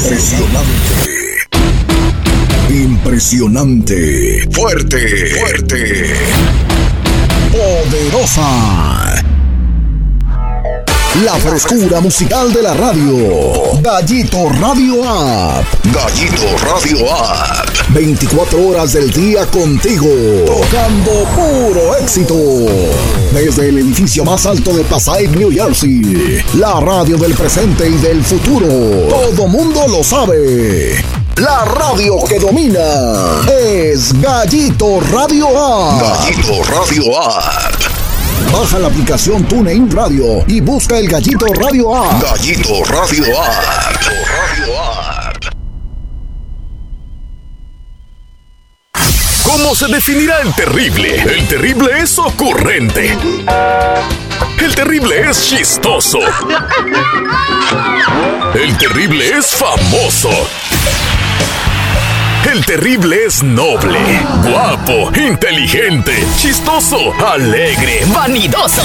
Impresionante. Fuerte. Poderosa. La frescura musical de la radio. Gallito Radio App. 24 horas del día contigo. Tocando puro éxito. Desde el edificio más alto de Passaic, New Jersey. La radio del presente y del futuro. Todo mundo lo sabe. La radio que domina es Gallito Radio App. Baja la aplicación TuneIn Radio y busca el Gallito Radio App. ¿Cómo se definirá el terrible? El terrible es ocurrente. El terrible es chistoso. El terrible es famoso. El terrible es noble, guapo, inteligente, chistoso, alegre, vanidoso.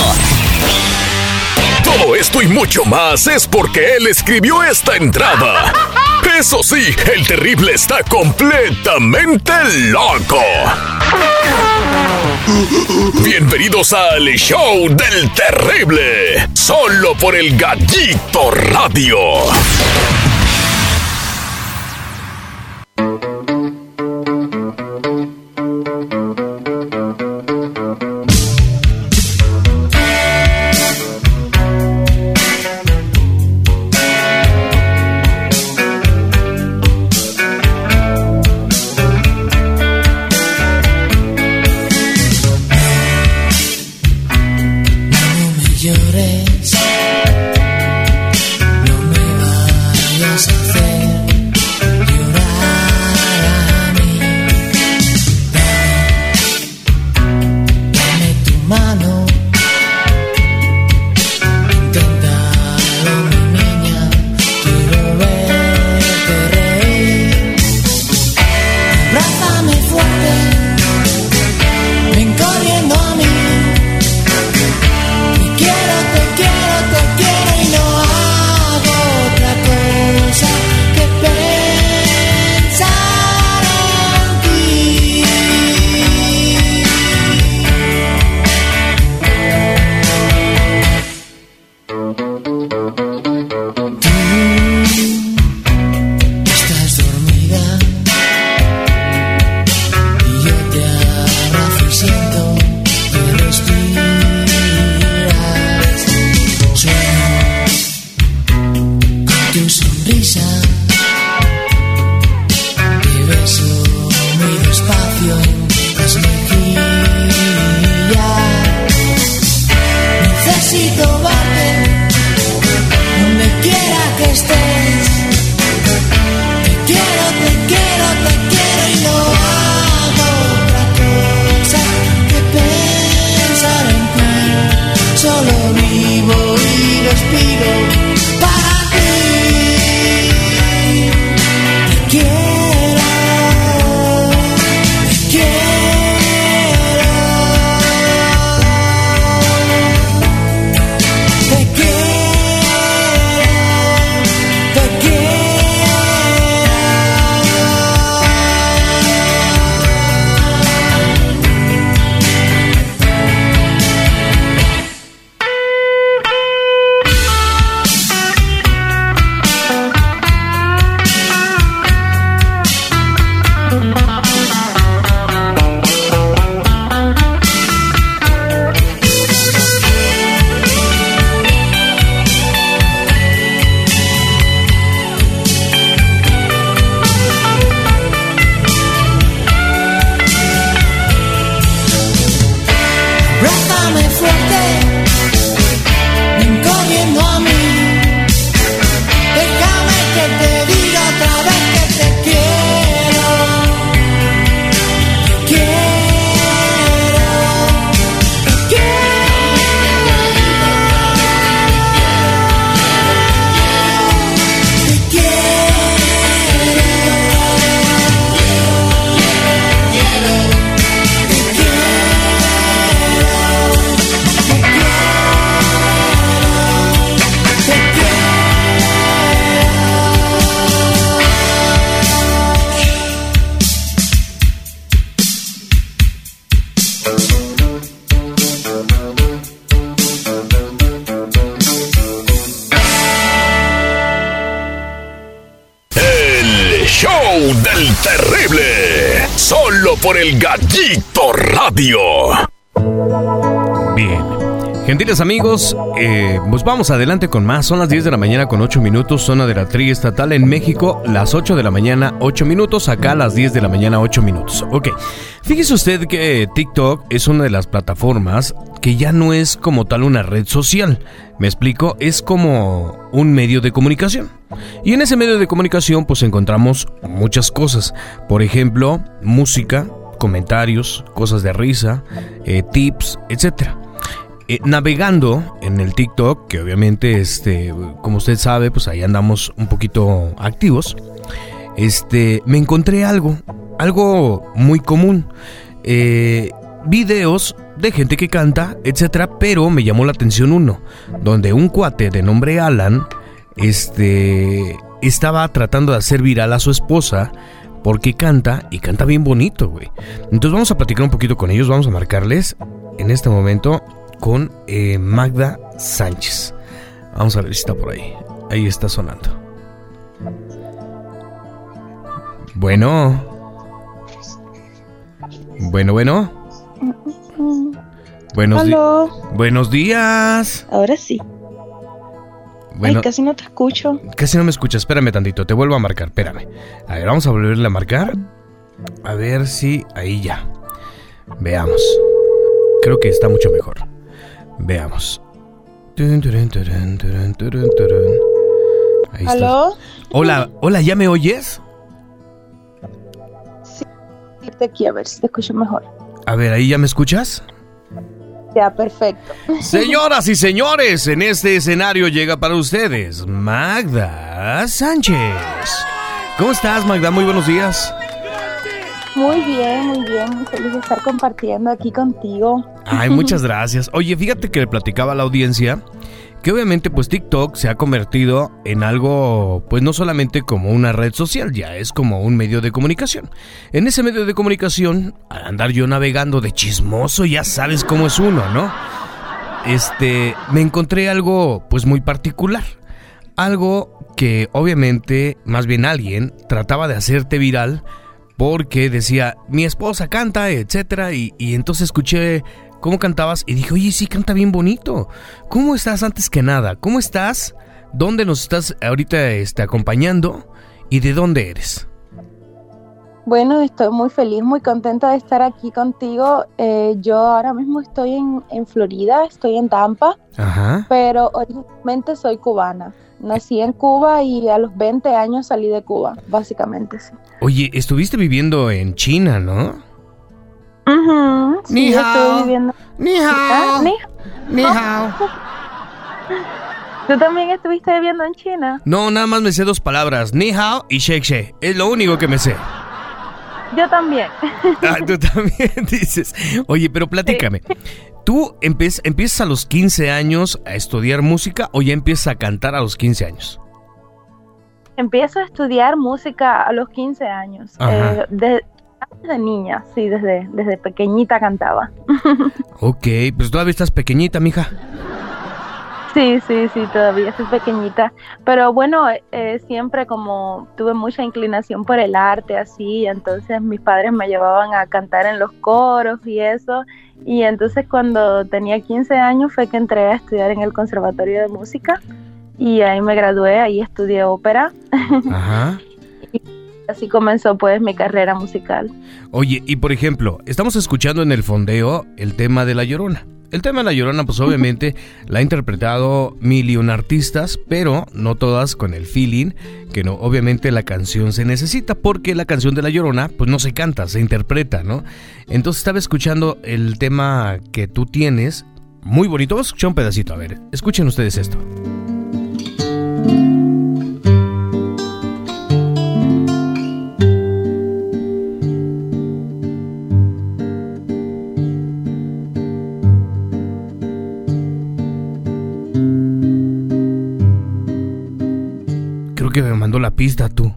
Todo esto y mucho más es porque él escribió esta entrada. Eso sí, el terrible está completamente loco. Bienvenidos al show del terrible, solo por el Gallito Radio. Terrible, solo por el Gallito Radio. Bien, gentiles amigos, pues vamos adelante con más. Son las 10 de la mañana con 8 minutos, zona de la triestatal en México, las 8 de la mañana 8 minutos, acá las 10 de la mañana 8 minutos. Ok, fíjese usted que TikTok es una de las plataformas que ya no es como tal una red social. Me explico, es como un medio de comunicación. Y en ese medio de comunicación pues encontramos muchas cosas. Por ejemplo, música, comentarios, cosas de risa, tips, etcétera. Navegando en el TikTok, que obviamente, como usted sabe, pues ahí andamos un poquito activos, me encontré algo muy común. Videos de gente que canta, etcétera, pero me llamó la atención uno, donde un cuate de nombre Alan, estaba tratando de hacer viral a su esposa, porque canta, y canta bien bonito, güey. Entonces vamos a platicar un poquito con ellos, vamos a marcarles en este momento con Magda Sánchez. Vamos a ver si está por ahí. Ahí está sonando. Bueno. Buenos días. Ahora sí. Bueno, ay, casi no te escucho. Casi no me escuchas, espérame tantito, te vuelvo a marcar, espérame. A ver, vamos a volverle a marcar. A ver si ahí ya. Veamos. Creo que está mucho mejor. Veamos. Ahí ¿aló? Está. Hola, ¿ya me oyes? Sí, aquí a ver si te escucho mejor. A ver, ¿ahí ya me escuchas? Ya, perfecto. Señoras y señores, en este escenario llega para ustedes Magda Sánchez. ¿Cómo estás, Magda? Muy buenos días. Muy bien, muy feliz de estar compartiendo aquí contigo. Ay, muchas gracias. Oye, fíjate que le platicaba a la audiencia que obviamente pues TikTok se ha convertido en algo, pues no solamente como una red social, ya es como un medio de comunicación. En ese medio de comunicación, al andar yo navegando de chismoso, ya sabes cómo es uno, ¿no? Me encontré algo pues muy particular. Algo que obviamente, más bien alguien, trataba de hacerte viral porque decía, mi esposa canta, etcétera, y entonces escuché cómo cantabas y dije, oye, sí, canta bien bonito. ¿Cómo estás antes que nada? ¿Cómo estás? ¿Dónde nos estás ahorita acompañando? ¿Y de dónde eres? Bueno, estoy muy feliz, muy contenta de estar aquí contigo. Yo ahora mismo estoy en Florida, estoy en Tampa. Ajá. Pero originalmente soy cubana. Nací en Cuba y a los 20 años salí de Cuba, básicamente, sí. Oye, estuviste viviendo en China, ¿no? Uh-huh, sí, Ni hao. estuve viviendo. Ni hao. Ni hao. ¿Tú también estuviste viviendo en China? No, nada más me sé dos palabras, ni hao y shake shake. Es lo único que me sé. Yo también. Ah, tú también dices. Oye, pero platícame. Sí. ¿Tú empiezas a los 15 años a estudiar música o ya empiezas a cantar a los 15 años? Empiezo a estudiar música a los 15 años. Desde niña, sí, desde pequeñita cantaba. Ok, pues todavía estás pequeñita, mija. Sí, todavía soy pequeñita. Pero bueno, siempre como tuve mucha inclinación por el arte, así, entonces mis padres me llevaban a cantar en los coros y eso. Y entonces cuando tenía 15 años fue que entré a estudiar en el Conservatorio de Música. Y ahí me gradué, ahí estudié ópera. Ajá. Y así comenzó pues mi carrera musical. Oye, y por ejemplo, estamos escuchando en el fondeo el tema de La Llorona. El tema de La Llorona, pues obviamente la ha interpretado 1,000,000 artistas, pero no todas con el feeling que no, obviamente la canción se necesita, porque la canción de La Llorona, pues no se canta, se interpreta, ¿no? Entonces estaba escuchando el tema que tú tienes, muy bonito. Vamos a escuchar un pedacito, a ver, escuchen ustedes esto. Que me mandó la pista tú.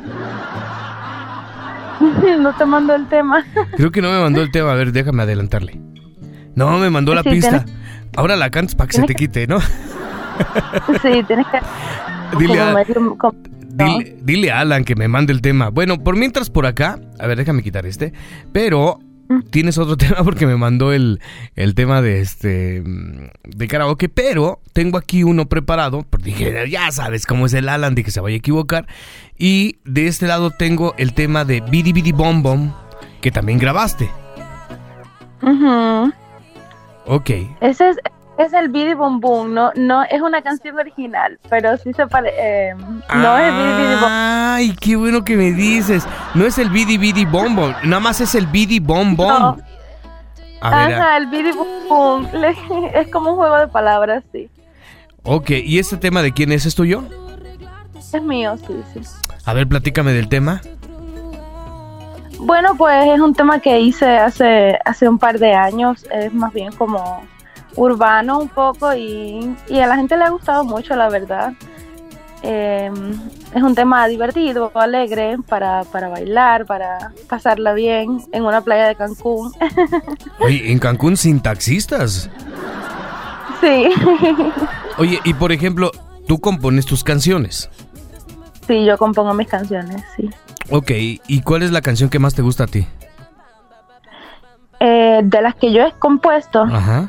No te mandó el tema. Creo que no me mandó el tema. A ver, déjame adelantarle. No, me mandó la pista. Ahora la cantas para que se te quite, ¿no? Sí, tienes que... Dile a Alan que me mande el tema. Bueno, por mientras por acá, a ver, déjame quitar pero tienes otro tema porque me mandó el tema de karaoke, pero tengo aquí uno preparado, porque dije, ya sabes cómo es el Alan, de que se vaya a equivocar, y de este lado tengo el tema de Bidi Bidi Bom Bom, que también grabaste. Ok. Ese es el Bidi Bom Bom, no es una canción original, pero sí se parece, no es el Bidi Bidi Bom. Ay, qué bueno que me dices. No es el Bidi Bidi Bom Bom, nada más es el Bidi Bom Bom. No. Ajá, el Bidi Bom Bom, es como un juego de palabras, sí. Ok, ¿y este tema de quién es? ¿Es tuyo? Es mío, sí. A ver, platícame del tema. Bueno, pues es un tema que hice hace un par de años, es más bien como urbano un poco y a la gente le ha gustado mucho, la verdad. Es un tema divertido, alegre, para bailar, para pasarla bien en una playa de Cancún. Oye, ¿en Cancún sin taxistas? Sí. Oye, y por ejemplo, ¿tú compones tus canciones? Sí, yo compongo mis canciones, sí. Ok, ¿y cuál es la canción que más te gusta a ti? De las que yo he compuesto. Ajá.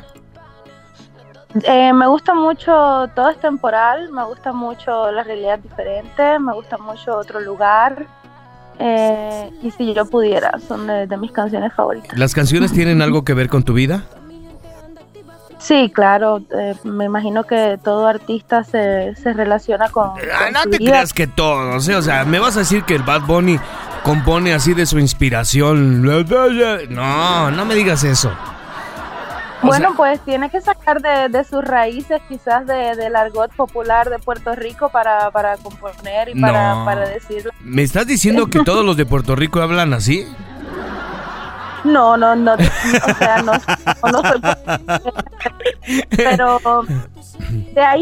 Me gusta mucho Todo es temporal, me gusta mucho La realidad diferente, me gusta mucho Otro lugar, y Si yo pudiera, son de mis canciones favoritas. ¿Las canciones tienen algo que ver con tu vida? Sí, claro, me imagino que todo artista se relaciona con No su te vida. creas que todos, o sea, me vas a decir que el Bad Bunny compone así de su inspiración. No me digas eso. Bueno, pues tiene que sacar de sus raíces, quizás del argot popular de Puerto Rico para componer y para decirlo. ¿Me estás diciendo que todos los de Puerto Rico hablan así? No, o sea, no soy, pero de ahí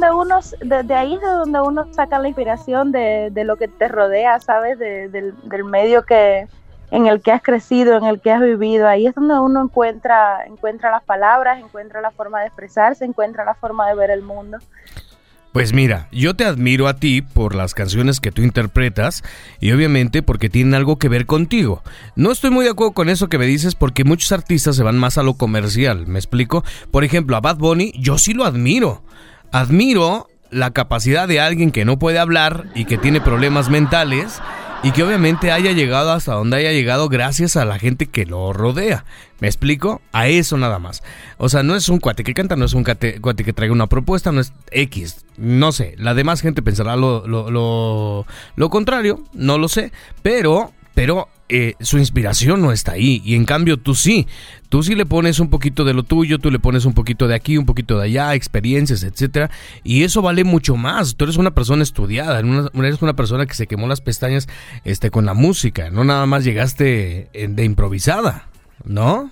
es de donde uno saca la inspiración de lo que te rodea, ¿sabes? Del medio en el que has crecido, en el que has vivido. Ahí es donde uno encuentra las palabras, encuentra la forma de expresarse, encuentra la forma de ver el mundo. Pues mira, yo te admiro a ti por las canciones que tú interpretas y obviamente porque tienen algo que ver contigo. No estoy muy de acuerdo con eso que me dices porque muchos artistas se van más a lo comercial, ¿me explico? Por ejemplo, a Bad Bunny yo sí lo admiro. Admiro la capacidad de alguien que no puede hablar y que tiene problemas mentales y que obviamente haya llegado hasta donde haya llegado gracias a la gente que lo rodea. ¿Me explico? A eso nada más. O sea, no es un cuate que canta, no es un cuate que traiga una propuesta, no es X. No sé, la demás gente pensará lo contrario, no lo sé, pero su inspiración no está ahí y en cambio tú sí le pones un poquito de lo tuyo, tú le pones un poquito de aquí, un poquito de allá, experiencias, etcétera, y eso vale mucho más. Tú eres una persona estudiada, eres una persona que se quemó las pestañas con la música, no nada más llegaste de improvisada, ¿no?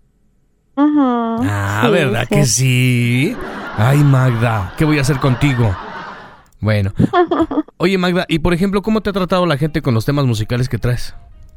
Uh-huh. Sí, ¿verdad sí. Que sí? Ay, Magda, ¿qué voy a hacer contigo? Bueno, oye Magda, y por ejemplo, ¿cómo te ha tratado la gente con los temas musicales que traes?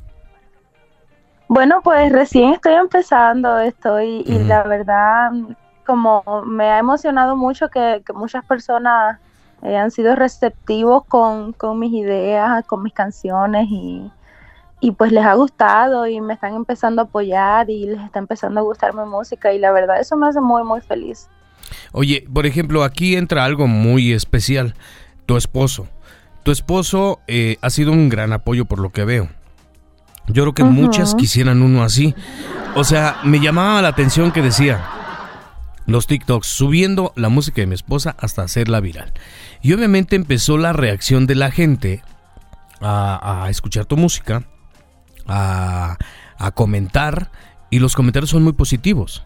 Bueno, pues recién estoy empezando, y la verdad, como me ha emocionado mucho que muchas personas han sido receptivos con mis ideas, con mis canciones y pues les ha gustado y me están empezando a apoyar y les está empezando a gustar mi música y la verdad eso me hace muy, muy feliz. Oye, por ejemplo, aquí entra algo muy especial, tu esposo. Tu esposo ha sido un gran apoyo por lo que veo. Yo creo que muchas quisieran uno así. O sea, me llamaba la atención que decía los TikToks subiendo la música de mi esposa hasta hacerla viral. Y obviamente empezó la reacción de la gente a escuchar tu música, a comentar, y los comentarios son muy positivos.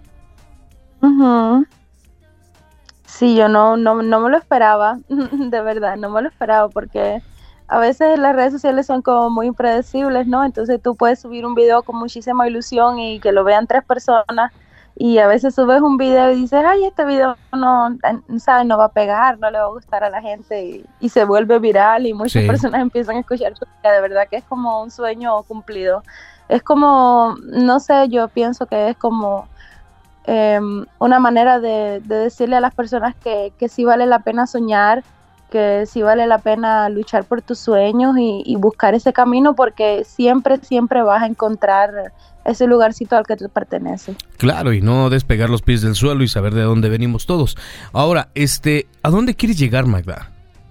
Sí, yo no me lo esperaba, de verdad, no me lo esperaba porque a veces las redes sociales son como muy impredecibles, ¿no? Entonces tú puedes subir un video con muchísima ilusión y que lo vean 3 personas y a veces subes un video y dices, ay, este video no va a pegar, no le va a gustar a la gente y se vuelve viral y muchas personas empiezan a escuchar tu música, de verdad que es como un sueño cumplido. Es como, no sé, yo pienso que es como una manera de decirle a las personas que sí vale la pena soñar, que sí vale la pena luchar por tus sueños y buscar ese camino, porque siempre vas a encontrar ese lugarcito al que te pertenece. Claro, y no despegar los pies del suelo y saber de dónde venimos todos. Ahora, ¿a dónde quieres llegar, Magda?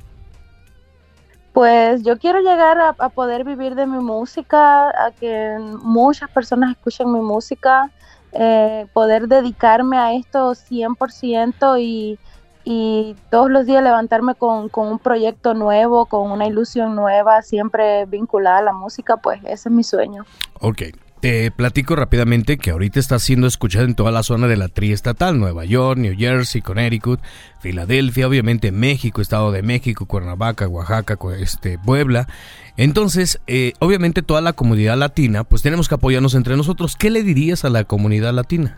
Pues yo quiero llegar a poder vivir de mi música, a que muchas personas escuchen mi música, poder dedicarme a esto 100% y todos los días levantarme con un proyecto nuevo, con una ilusión nueva, siempre vinculada a la música, pues ese es mi sueño. Ok. Te platico rápidamente que ahorita está siendo escuchada en toda la zona de la triestatal, Nueva York, New Jersey, Connecticut, Filadelfia, obviamente México, Estado de México, Cuernavaca, Oaxaca, Puebla. Entonces, obviamente toda la comunidad latina, pues tenemos que apoyarnos entre nosotros. ¿Qué le dirías a la comunidad latina?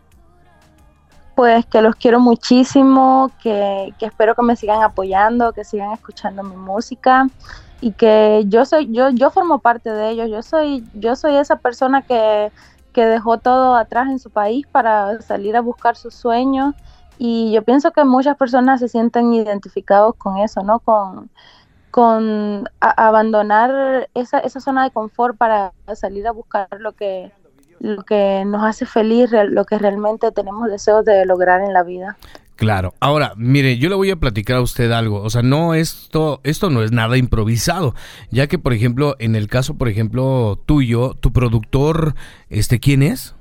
Pues que los quiero muchísimo, que espero que me sigan apoyando, que sigan escuchando mi música. Y que yo formo parte de ellos, yo soy esa persona que dejó todo atrás en su país para salir a buscar sus sueños, y yo pienso que muchas personas se sienten identificados con eso, ¿no? Con abandonar esa zona de confort para salir a buscar lo que nos hace feliz, lo que realmente tenemos deseos de lograr en la vida. Claro. Ahora, mire, yo le voy a platicar a usted algo. O sea, esto no es nada improvisado. Ya que, por ejemplo, en el caso, por ejemplo, tuyo, tu productor, ¿quién es?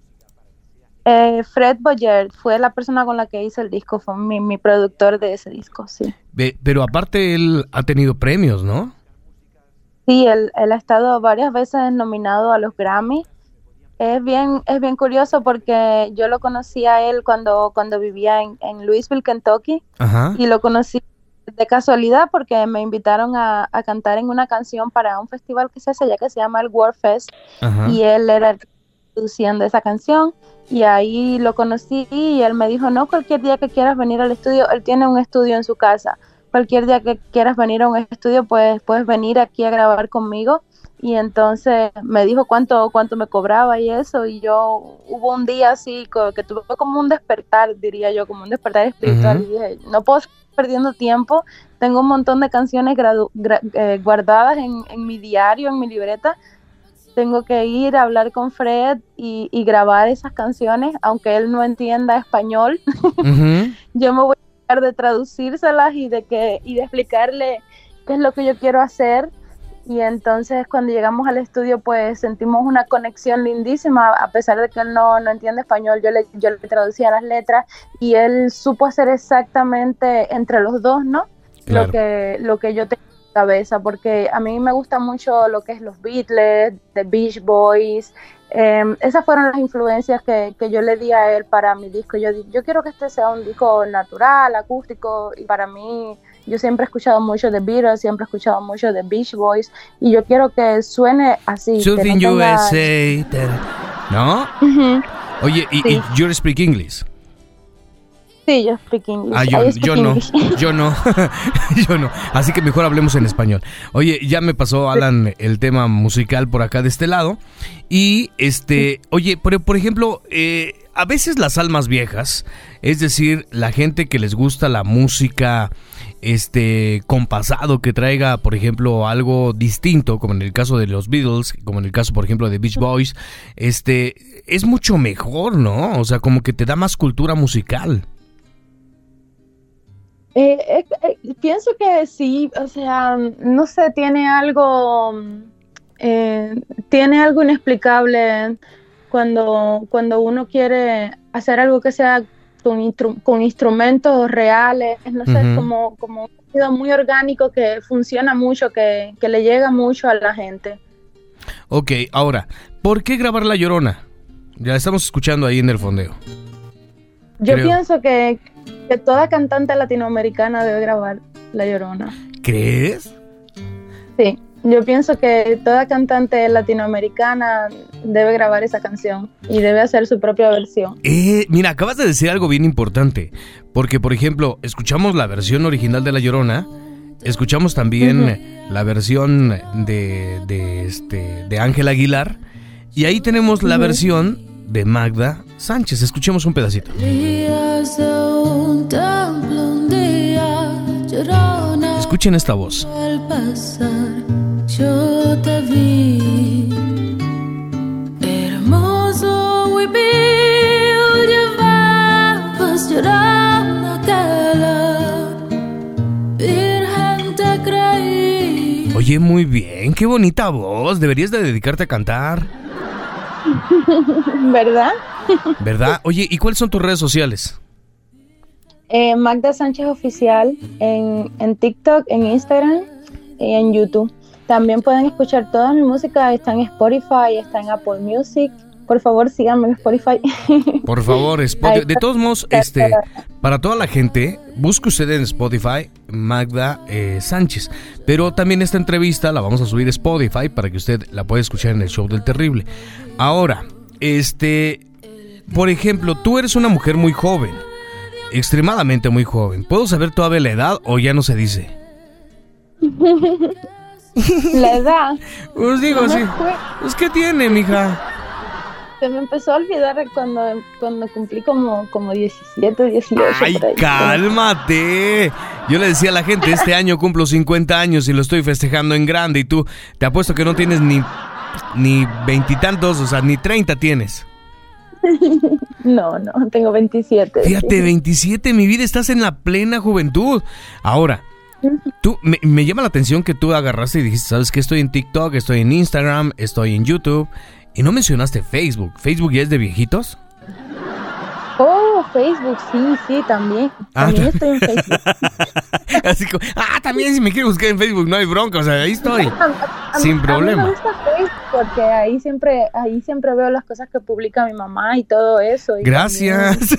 Fred Boyer fue la persona con la que hice el disco, fue mi productor de ese disco, sí. Pero aparte él ha tenido premios, ¿no? Sí, él ha estado varias veces nominado a los Grammy. Es bien curioso porque yo lo conocí a él cuando vivía en Louisville, Kentucky. Ajá. Y lo conocí de casualidad porque me invitaron a cantar en una canción para un festival que se hace allá que se llama el World Fest. Ajá. Y él era el produciendo esa canción, y ahí lo conocí y él me dijo, no, cualquier día que quieras venir al estudio, él tiene un estudio en su casa, cualquier día que quieras venir a un estudio pues puedes venir aquí a grabar conmigo. Y entonces me dijo cuánto me cobraba y eso, y yo hubo un día así que tuve como un despertar, diría yo, como un despertar espiritual. Uh-huh. Y dije, no puedo seguir perdiendo tiempo, tengo un montón de canciones guardadas en mi diario, en mi libreta, tengo que ir a hablar con Fred y grabar esas canciones, aunque él no entienda español. Uh-huh. Yo me voy a encargar de traducírselas y de explicarle qué es lo que yo quiero hacer. Y entonces cuando llegamos al estudio pues sentimos una conexión lindísima, a pesar de que él no entiende español, yo le traducía las letras y él supo hacer exactamente entre los dos, ¿no? Claro. Lo que yo tenía en la cabeza, porque a mí me gusta mucho lo que es los Beatles, The Beach Boys, esas fueron las influencias que yo le di a él para mi disco. Yo quiero que este sea un disco natural, acústico, y para mí, yo siempre he escuchado mucho de Beatles, siempre he escuchado mucho de Beach Boys, y yo quiero que suene así. Something no USA, ¿no? Uh-huh. Oye, ¿y you speak English? Sí, yo speak English. Yo no. Así que mejor hablemos en español. Oye, ya me pasó Alan el tema musical por acá de este lado. Y oye, por ejemplo, a veces las almas viejas, es decir, la gente que les gusta la música compasado, que traiga, por ejemplo, algo distinto, como en el caso de los Beatles, como en el caso, por ejemplo, de Beach Boys, es mucho mejor, ¿no? O sea, como que te da más cultura musical. Pienso que sí, o sea, no sé, tiene algo inexplicable cuando uno quiere hacer algo que sea con instrumentos reales, no sé, uh-huh. como un sonido muy orgánico que funciona mucho, que le llega mucho a la gente. Ok, ahora, ¿por qué grabar La Llorona? Ya la estamos escuchando ahí en el fondeo. Yo pienso que toda cantante latinoamericana debe grabar La Llorona. ¿Crees? Sí, yo pienso que toda cantante latinoamericana debe grabar esa canción y debe hacer su propia versión. Mira, acabas de decir algo bien importante, porque por ejemplo, escuchamos la versión original de La Llorona, escuchamos también uh-huh. la versión de Ángel Aguilar, y ahí tenemos la uh-huh. versión de Magda Sánchez. Escuchemos un pedacito. Un templo un día, Llorona. Escuchen esta voz. Al pasar, yo te vi, hermoso huipil, llevabas llorando aquella, virgen te creí. Oye, muy bien, qué bonita voz, deberías de dedicarte a cantar. ¿Verdad? ¿Verdad? Oye, ¿y cuáles son tus redes sociales? Magda Sánchez Oficial en TikTok, en Instagram y en YouTube. También pueden escuchar toda mi música, está en Spotify, está en Apple Music. Por favor, síganme en Spotify. Por favor, de todos modos, para toda la gente, busque usted en Spotify Magda Sánchez. Pero también esta entrevista la vamos a subir a Spotify para que usted la pueda escuchar en el show del Terrible. Ahora, por ejemplo, tú eres una mujer muy joven, extremadamente muy joven. ¿Puedo saber todavía la edad o ya no se dice? La edad. Pues digo, sí. Pues, ¿qué tiene, mija? Se me empezó a olvidar cuando cumplí como 17, 18. ¡Ay, cálmate! Yo le decía a la gente, este año cumplo 50 años y lo estoy festejando en grande. Y tú, te apuesto que no tienes ni veintitantos, o sea, ni 30 tienes. No, tengo 27. Fíjate, 27, mi vida, estás en la plena juventud. Ahora, tú, me llama la atención que tú agarraste y dijiste, ¿sabes qué? Estoy en TikTok, estoy en Instagram, estoy en YouTube. Y no mencionaste Facebook. ¿Facebook ya es de viejitos? Oh, Facebook, sí, también. También estoy en Facebook. Así como, también si me quiere buscar en Facebook, no hay bronca, o sea, ahí estoy. Sin problema. A mí me gusta Facebook porque ahí siempre veo las cosas que publica mi mamá y todo eso. Y gracias.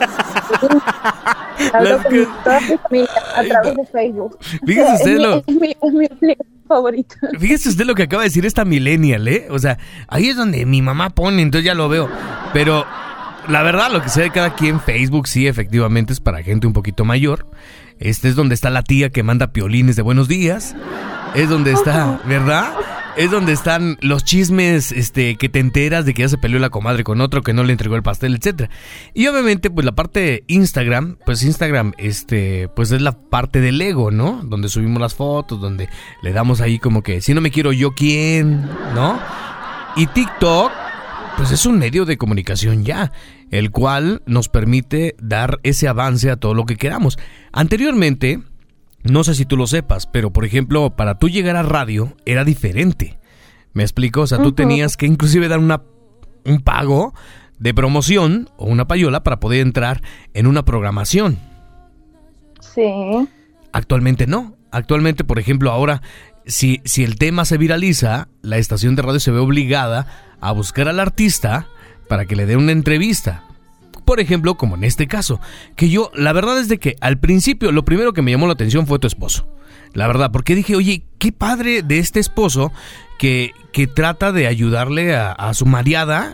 Hablo con toda mi familia a través de Facebook. Fíjese usted es mi favorito. Fíjese usted lo que acaba de decir esta millennial, O sea, ahí es donde mi mamá pone, entonces ya lo veo. Pero la verdad, lo que sea de cada quien, Facebook sí, efectivamente es para gente un poquito mayor. Es donde está la tía que manda piolines de buenos días. Es donde está, ¿verdad? Es donde están los chismes que te enteras de que ya se peleó la comadre con otro, que no le entregó el pastel, etcétera. Y obviamente, pues la parte de Instagram, pues pues es la parte del ego, ¿no? Donde subimos las fotos, donde le damos ahí como que, si no me quiero yo, ¿quién? ¿No? Y TikTok, pues es un medio de comunicación ya, el cual nos permite dar ese avance a todo lo que queramos. Anteriormente, no sé si tú lo sepas, pero por ejemplo, para tú llegar a radio era diferente. ¿Me explico? O sea, tú tenías que inclusive dar un pago de promoción o una payola para poder entrar en una programación. Sí. Actualmente no. Actualmente, por ejemplo, ahora, si el tema se viraliza, la estación de radio se ve obligada a buscar al artista para que le dé una entrevista. Por ejemplo, como en este caso, que yo, la verdad es de que al principio lo primero que me llamó la atención fue tu esposo. La verdad, porque dije, oye, qué padre de este esposo que trata de ayudarle a su marida,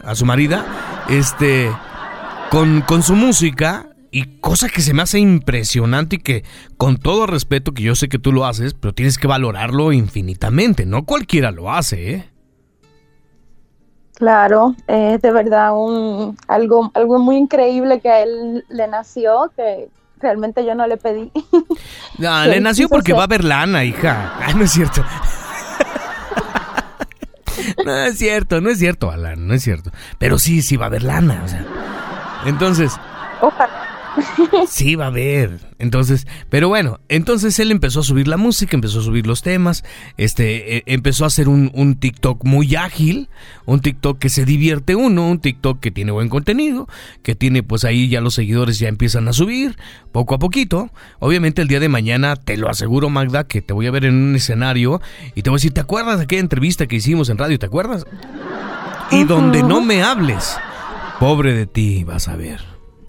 con su música, y cosa que se me hace impresionante y que, con todo respeto, que yo sé que tú lo haces, pero tienes que valorarlo infinitamente, no cualquiera lo hace, Claro, es de verdad algo muy increíble que a él le nació, que realmente yo no le pedí. No, le nació porque va a haber lana, hija. No es cierto. No es cierto, Alan, no es cierto. Pero sí va a haber lana, o sea. Entonces, ojalá. Sí, va a haber. Entonces, pero bueno, entonces él empezó a subir la música, empezó a subir los temas, empezó a hacer un TikTok muy ágil, un TikTok que se divierte uno, un TikTok que tiene buen contenido, que tiene pues ahí ya los seguidores ya empiezan a subir, poco a poquito. Obviamente el día de mañana, te lo aseguro, Magda, que te voy a ver en un escenario y te voy a decir, ¿te acuerdas de aquella entrevista que hicimos en radio? ¿Te acuerdas? Y donde no me hables, pobre de ti, vas a ver.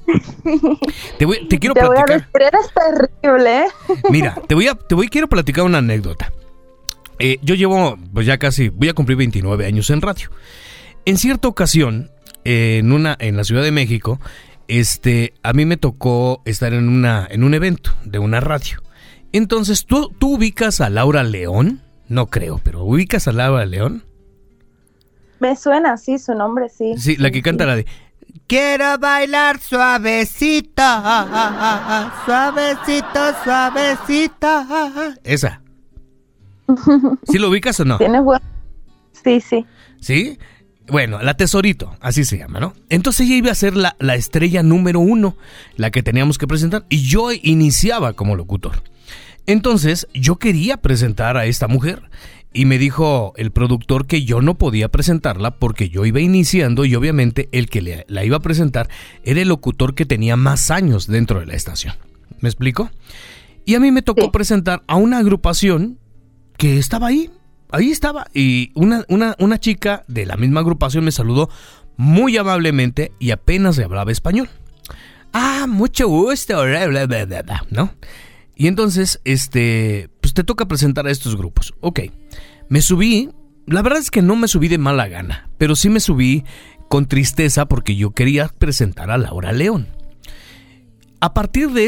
Te quiero platicar. Voy a decir, eres terrible. Mira, quiero platicar una anécdota. Yo llevo, pues ya casi, voy a cumplir 29 años en radio. En cierta ocasión, en la Ciudad de México, a mí me tocó estar en un evento de una radio. Entonces, ¿tú ubicas a Laura León? No creo, pero ¿ubicas a Laura León? Me suena, sí, su nombre, sí. Sí, la que canta la de Quiero bailar suavecita, suavecito, suavecita. Esa. ¿Sí lo ubicas o no? ¿Tienes buen? Sí, sí. ¿Sí? Bueno, la Tesorito, así se llama, ¿no? Entonces ella iba a ser la estrella número 1, la que teníamos que presentar, y yo iniciaba como locutor. Entonces yo quería presentar a esta mujer, y me dijo el productor que yo no podía presentarla porque yo iba iniciando, y obviamente el que la iba a presentar era el locutor que tenía más años dentro de la estación. ¿Me explico? Y a mí me tocó presentar a una agrupación que estaba ahí. Ahí estaba, y una chica de la misma agrupación me saludó muy amablemente y apenas hablaba español. Ah, mucho gusto, ¿no? Y entonces, pues te toca presentar a estos grupos. Ok, me subí, la verdad es que no me subí de mala gana, pero sí me subí con tristeza porque yo quería presentar a Laura León. A partir de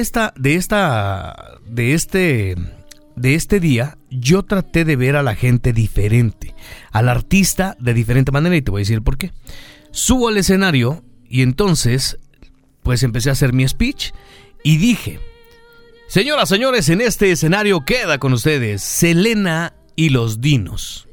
este día, yo traté de ver a la gente diferente, al artista de diferente manera, y te voy a decir por qué. Subo al escenario y entonces, pues empecé a hacer mi speech y dije: señoras, señores, en este escenario queda con ustedes Selena y los Dinos.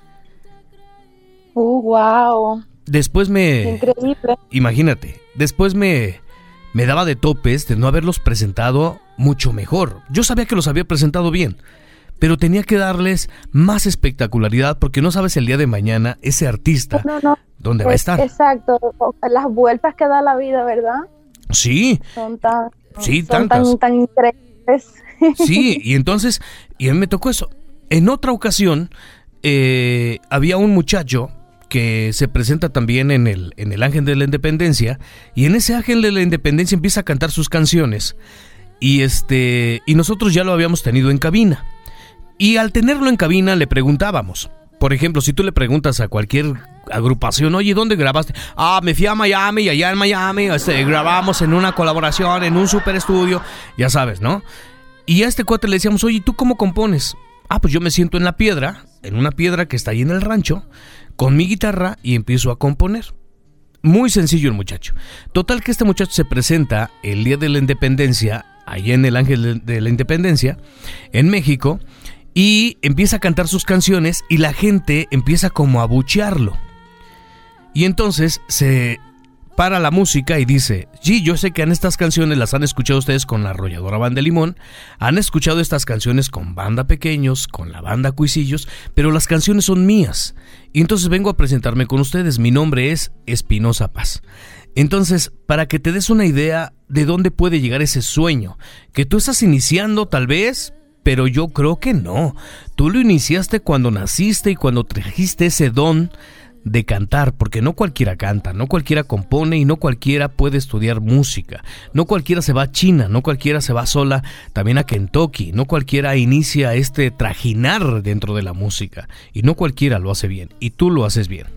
Wow. Después increíble. Imagínate, después me daba de topes de no haberlos presentado mucho mejor. Yo sabía que los había presentado bien, pero tenía que darles más espectacularidad porque no sabes el día de mañana ese artista dónde va a estar. Exacto, las vueltas que da la vida, ¿verdad? Sí. Son tan increíbles. Sí, y entonces, y a mí me tocó eso. En otra ocasión, había un muchacho que se presenta también en el Ángel de la Independencia, y en ese Ángel de la Independencia empieza a cantar sus canciones, y nosotros ya lo habíamos tenido en cabina, y al tenerlo en cabina le preguntábamos. Por ejemplo, si tú le preguntas a cualquier agrupación: oye, ¿dónde grabaste? Ah, me fui a Miami, y allá en Miami grabamos en una colaboración, en un super estudio, ya sabes, ¿no? Y a este cuate le decíamos: oye, ¿tú cómo compones? Ah, pues yo me siento en una piedra que está ahí en el rancho, con mi guitarra, y empiezo a componer. Muy sencillo el muchacho. Total que este muchacho se presenta el día de la Independencia, allá en el Ángel de la Independencia, en México, y empieza a cantar sus canciones, y la gente empieza como a abuchearlo. Y entonces se para la música y dice: sí, yo sé que en estas canciones las han escuchado ustedes con la Arrolladora Banda de Limón, han escuchado estas canciones con Banda Pequeños, con la Banda Cuisillos, pero las canciones son mías, y entonces vengo a presentarme con ustedes. Mi nombre es Espinosa Paz. Entonces, para que te des una idea de dónde puede llegar ese sueño, que tú estás iniciando tal vez, pero yo creo que no. Tú lo iniciaste cuando naciste y cuando trajiste ese don de cantar, porque no cualquiera canta, no cualquiera compone, y no cualquiera puede estudiar música, no cualquiera se va a China, no cualquiera se va sola también a Kentucky, no cualquiera inicia trajinar dentro de la música, y no cualquiera lo hace bien, y tú lo haces bien.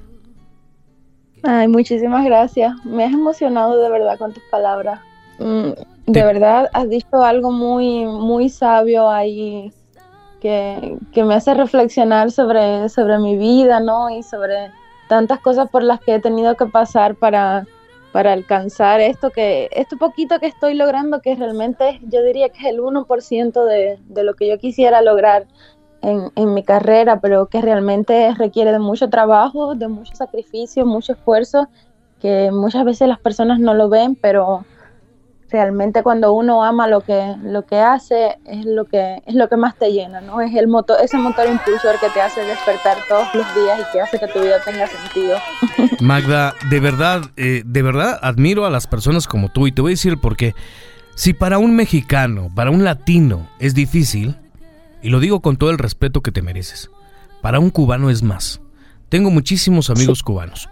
Ay, muchísimas gracias, me has emocionado de verdad con tus palabras. De verdad has dicho algo muy, muy sabio ahí, que me hace reflexionar sobre mi vida, ¿no? Y sobre tantas cosas por las que he tenido que pasar para alcanzar esto poquito que estoy logrando, que realmente yo diría que es el 1% de lo que yo quisiera lograr en mi carrera, pero que realmente requiere de mucho trabajo, de mucho sacrificio, mucho esfuerzo, que muchas veces las personas no lo ven, pero realmente cuando uno ama lo que hace es lo que más te llena, ¿no? Es ese motor impulsor que te hace despertar todos los días y que hace que tu vida tenga sentido. Magda, de verdad admiro a las personas como tú, y te voy a decir por qué. Si para un mexicano, para un latino es difícil, y lo digo con todo el respeto que te mereces, para un cubano es más. Tengo muchísimos amigos cubanos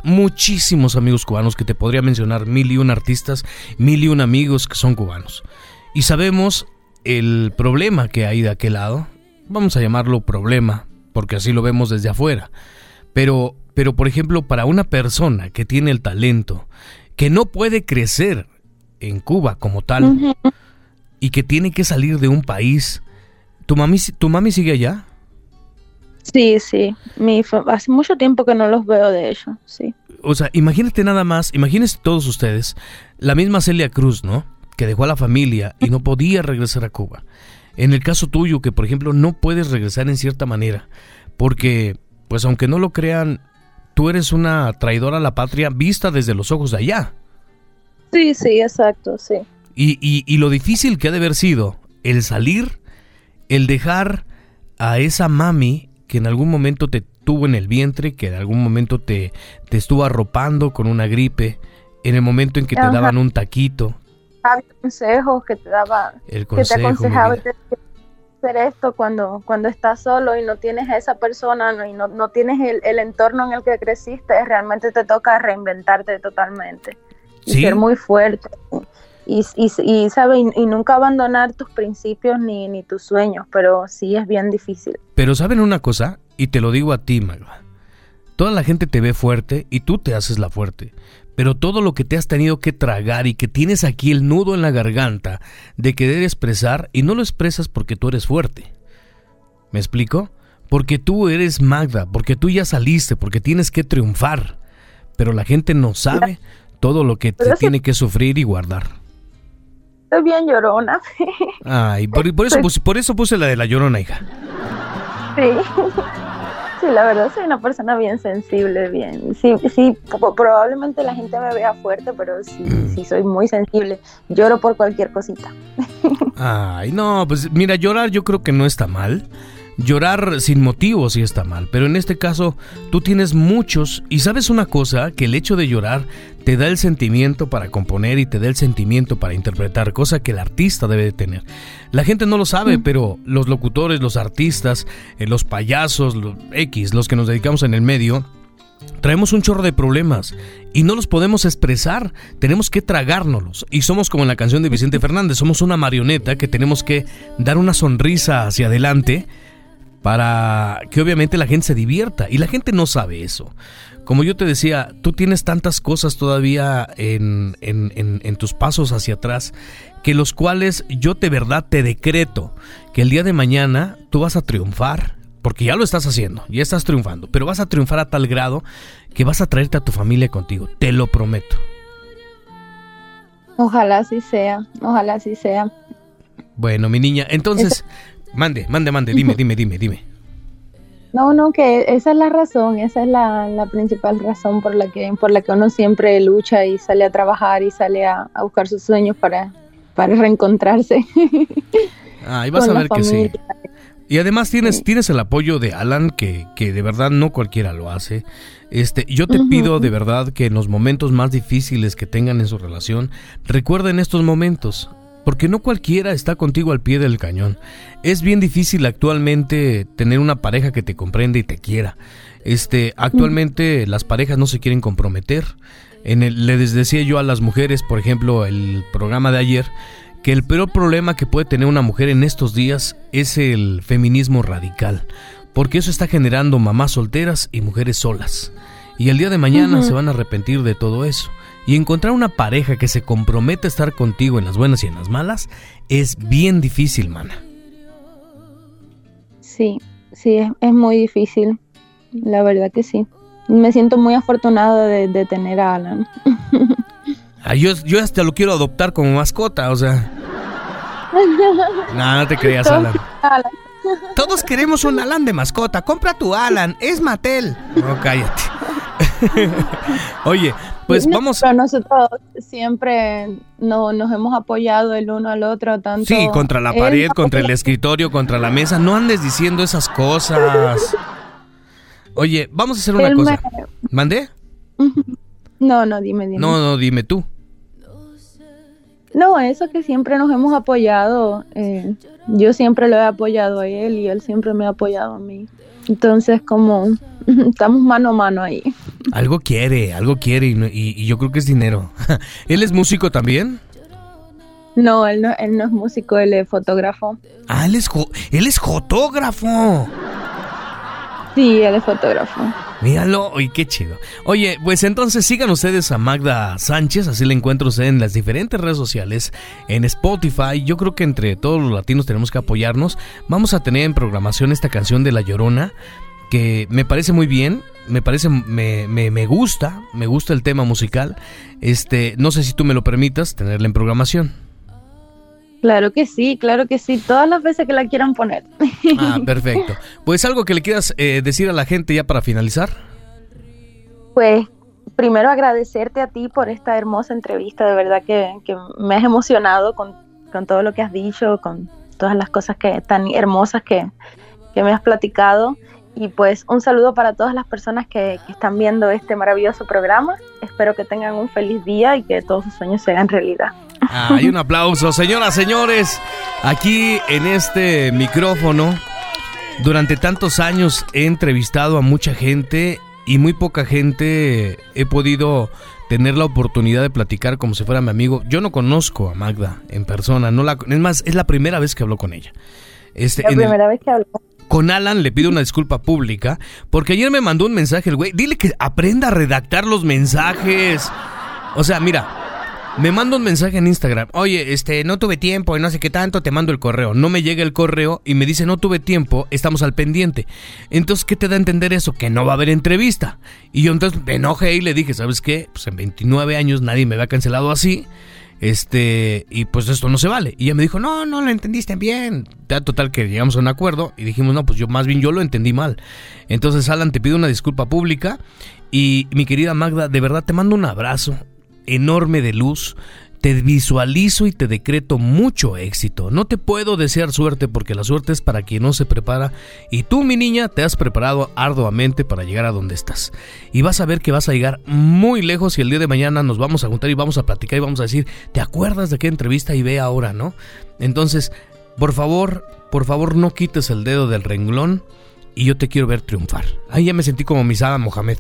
que te podría mencionar 1001 artistas, 1001 amigos que son cubanos. Y sabemos el problema que hay de aquel lado, vamos a llamarlo problema, porque así lo vemos desde afuera. Pero por ejemplo, para una persona que tiene el talento, que no puede crecer en Cuba como tal, y que tiene que salir de un país, ¿tu mami sigue allá? Sí, hace mucho tiempo que no los veo, de hecho, sí. o sea, imagínate nada más, imagínense todos ustedes, la misma Celia Cruz, ¿no? Que dejó a la familia y no podía regresar a Cuba. En el caso tuyo, que por ejemplo no puedes regresar en cierta manera, porque, pues aunque no lo crean, tú eres una traidora a la patria vista desde los ojos de allá. Sí, sí, exacto, sí. Y lo difícil que ha de haber sido el salir, el dejar a esa mami que en algún momento te tuvo en el vientre, que en algún momento te estuvo arropando con una gripe, en el momento en que te daban un taquito. Había consejos que te daba, el consejo, que te aconsejaba y te decía hacer esto cuando estás solo y no tienes a esa persona, ¿no? Y no tienes el entorno en el que creciste, realmente te toca reinventarte totalmente y ¿sí? ser muy fuerte y ¿sabes? Y nunca abandonar tus principios ni tus sueños, pero sí es bien difícil. Pero ¿saben una cosa? Y te lo digo a ti, Magda. Toda la gente te ve fuerte y tú te haces la fuerte. Pero todo lo que te has tenido que tragar y que tienes aquí el nudo en la garganta de querer expresar y no lo expresas porque tú eres fuerte. ¿Me explico? Porque tú eres Magda, porque tú ya saliste, porque tienes que triunfar. Pero la gente no sabe todo lo que te tiene que sufrir y guardar. Estoy bien llorona. Ay, por eso puse la de la Llorona, hija. Sí. Sí, la verdad soy una persona bien sensible, bien. Sí, probablemente la gente me vea fuerte, pero sí soy muy sensible. Lloro por cualquier cosita. Ay, no, pues mira, llorar yo creo que no está mal. Llorar sin motivo sí está mal, pero en este caso tú tienes muchos y sabes una cosa, que el hecho de llorar te da el sentimiento para componer y te da el sentimiento para interpretar, cosa que el artista debe de tener. La gente no lo sabe, pero los locutores, los artistas, los payasos, los que nos dedicamos en el medio, traemos un chorro de problemas y no los podemos expresar, tenemos que tragárnoslos y somos como en la canción de Vicente Fernández, somos una marioneta que tenemos que dar una sonrisa hacia adelante para que obviamente la gente se divierta y la gente no sabe eso. Como yo te decía, tú tienes tantas cosas todavía en tus pasos hacia atrás que los cuales yo de verdad te decreto que el día de mañana tú vas a triunfar, porque ya lo estás haciendo, ya estás triunfando, pero vas a triunfar a tal grado que vas a traerte a tu familia contigo, te lo prometo. Ojalá así sea, ojalá así sea. Bueno, mi niña, entonces, mande, dime. No, que esa es la razón, esa es la principal razón por la que uno siempre lucha y sale a trabajar y sale a buscar sus sueños para reencontrarse. Y vas a ver que sí. Y además tienes el apoyo de Alan, que de verdad no cualquiera lo hace. Yo te pido de verdad que en los momentos más difíciles que tengan en su relación, recuerden estos momentos. Porque no cualquiera está contigo al pie del cañón. Es bien difícil actualmente tener una pareja que te comprenda y te quiera. Actualmente las parejas no se quieren comprometer. Les decía yo a las mujeres, por ejemplo, el programa de ayer, que el peor problema que puede tener una mujer en estos días es el feminismo radical. Porque eso está generando mamás solteras y mujeres solas. Y el día de mañana se van a arrepentir de todo eso. Y encontrar una pareja que se comprometa a estar contigo en las buenas y en las malas es bien difícil, mana. Sí, es muy difícil, la verdad que sí. Me siento muy afortunada de tener a Alan. Yo hasta lo quiero adoptar como mascota, o sea. No te creas, Alan. Todos queremos un Alan de mascota. Compra tu Alan, es Mattel. No, cállate. Oye, pues vamos. Pero nosotros siempre nos hemos apoyado el uno al otro tanto. Sí, contra la pared, contra el escritorio, contra la mesa. No andes diciendo esas cosas. Oye, vamos a hacer una cosa. ¿Mandé? No, dime. No, dime tú. No, eso que siempre nos hemos apoyado. Yo siempre lo he apoyado a él y él siempre me ha apoyado a mí. Entonces, como estamos mano a mano ahí. Algo quiere y yo creo que es dinero. ¿Él es músico también? No, él no es músico, él es fotógrafo. Ah, él es fotógrafo. Sí, él es fotógrafo. Míralo, oye, qué chido. Oye, pues entonces sigan ustedes a Magda Sánchez, así la encuentran ustedes en las diferentes redes sociales, en Spotify. Yo creo que entre todos los latinos tenemos que apoyarnos. Vamos a tener en programación esta canción de La Llorona, que me parece muy bien, me gusta el tema musical. No sé si tú me lo permitas tenerla en programación. Claro que sí, todas las veces que la quieran poner. Ah, perfecto. Pues algo que le quieras decir a la gente ya para finalizar. Pues primero agradecerte a ti por esta hermosa entrevista, de verdad que me has emocionado con todo lo que has dicho, con todas las cosas tan hermosas que me has platicado. Y pues un saludo para todas las personas que están viendo este maravilloso programa. Espero que tengan un feliz día y que todos sus sueños se hagan realidad. Hay un aplauso, señoras, señores. Aquí en este micrófono, durante tantos años he entrevistado a mucha gente y muy poca gente he podido tener la oportunidad de platicar como si fuera mi amigo. Yo no conozco a Magda en persona, es más, es la primera vez que hablo con ella. La primera vez que hablo. Con Alan le pido una disculpa pública porque ayer me mandó un mensaje el güey. Dile que aprenda a redactar los mensajes. O sea, mira, me manda un mensaje en Instagram. Oye, no tuve tiempo y no sé qué tanto, te mando el correo. No me llega el correo y me dice no tuve tiempo, estamos al pendiente. Entonces, ¿qué te da a entender eso? Que no va a haber entrevista. Y yo entonces me enojé y le dije, ¿sabes qué? Pues en 29 años nadie me había cancelado así. Y pues esto no se vale. Y ella me dijo, no lo entendiste bien. Ya total que llegamos a un acuerdo y dijimos, no, pues yo lo entendí mal. Entonces, Alan, te pido una disculpa pública. Y mi querida Magda, de verdad te mando un abrazo enorme de luz. Te visualizo y te decreto mucho éxito. No te puedo desear suerte porque la suerte es para quien no se prepara. Y tú, mi niña, te has preparado arduamente para llegar a donde estás. Y vas a ver que vas a llegar muy lejos y el día de mañana nos vamos a juntar y vamos a platicar y vamos a decir, ¿te acuerdas de qué entrevista? Y ve ahora, ¿no? Entonces, por favor, no quites el dedo del renglón y yo te quiero ver triunfar. Ahí ya me sentí como Misada Mohamed.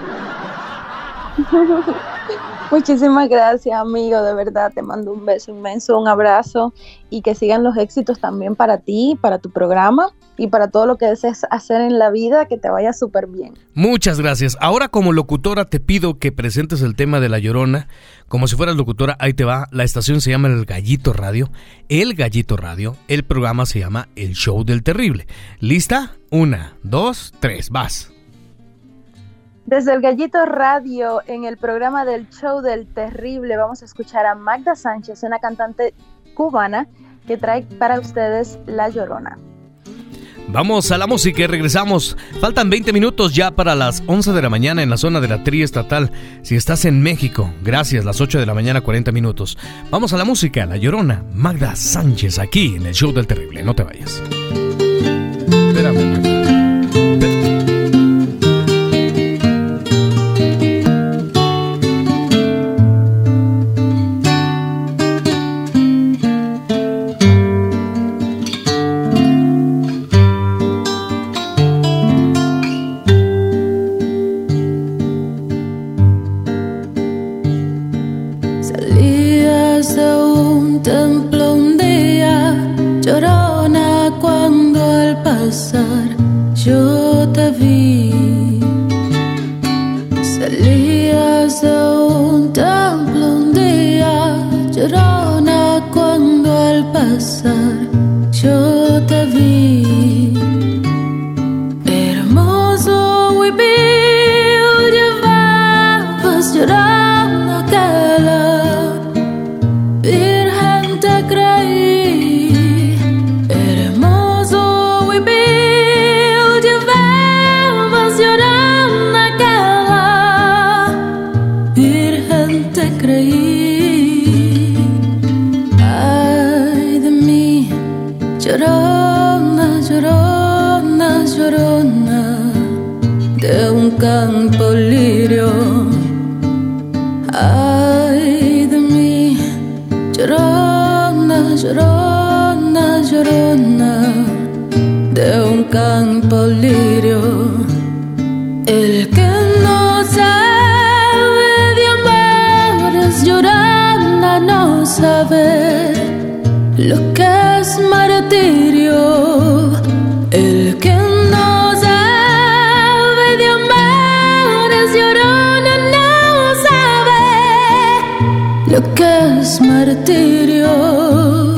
Muchísimas gracias, amigo, de verdad, te mando un beso inmenso, un abrazo y que sigan los éxitos también para ti, para tu programa y para todo lo que desees hacer en la vida, que te vaya súper bien. Muchas gracias. Ahora como locutora te pido que presentes el tema de La Llorona, como si fueras locutora, ahí te va, la estación se llama El Gallito Radio, el programa se llama El Show del Terrible. ¿Lista? 1, 2, 3, vas. Desde el Gallito Radio, en el programa del Show del Terrible, vamos a escuchar a Magda Sánchez, una cantante cubana que trae para ustedes La Llorona. Vamos a la música y regresamos. Faltan 20 minutos ya para las 11 de la mañana en la zona de la triestatal. Si estás en México, gracias, las 8 de la mañana, 40 minutos. Vamos a la música, La Llorona, Magda Sánchez, aquí en el Show del Terrible. No te vayas. Espérame, Magda. Yo te vi, salías de un templo un día, llorona, cuando al pasar yo te vi. Hermoso huipil llevabas, llorona, que la Virgen te creí. Hermoso huipil llevabas, llorona, que la Virgen te creí. Ay de mí, llorona, llorona, llorona, de un campo lirio. Ay de mí, llorona, llorona, llorona, de un campo lirio. El que no sabe de amores, llorona, no sabe lo que es martirio. El que no sabe de amores, llorona, no sabe lo que es martirio.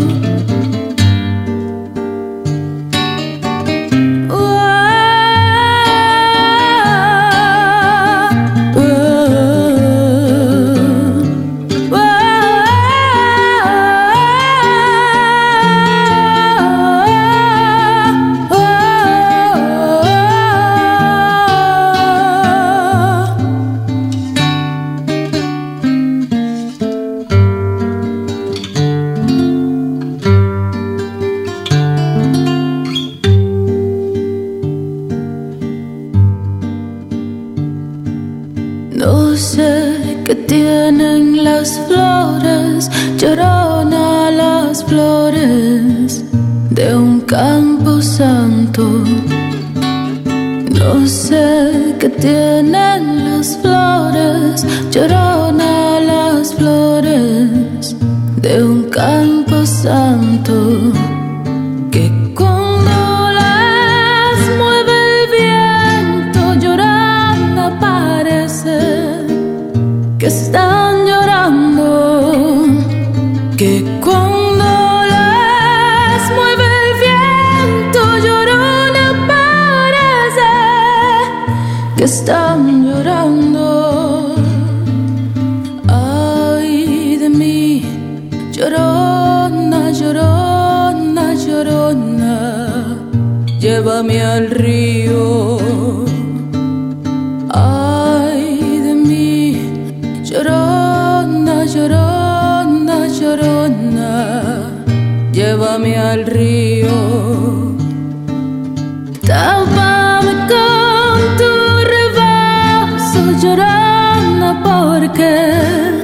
llorona las flores de un campo santo. No sé qué tienen las flores, llorona las flores de un campo santo, que cuando las mueve el viento llorando parece que están llorando, que cuando las mueve el viento llorando parece que están llorando. Ay de mí, llorona, llorona, llorona, llévame al río. Ay de mí, llorona, llorona, llorona, llévame al río. Tápame con tu rebazo, llorona, porque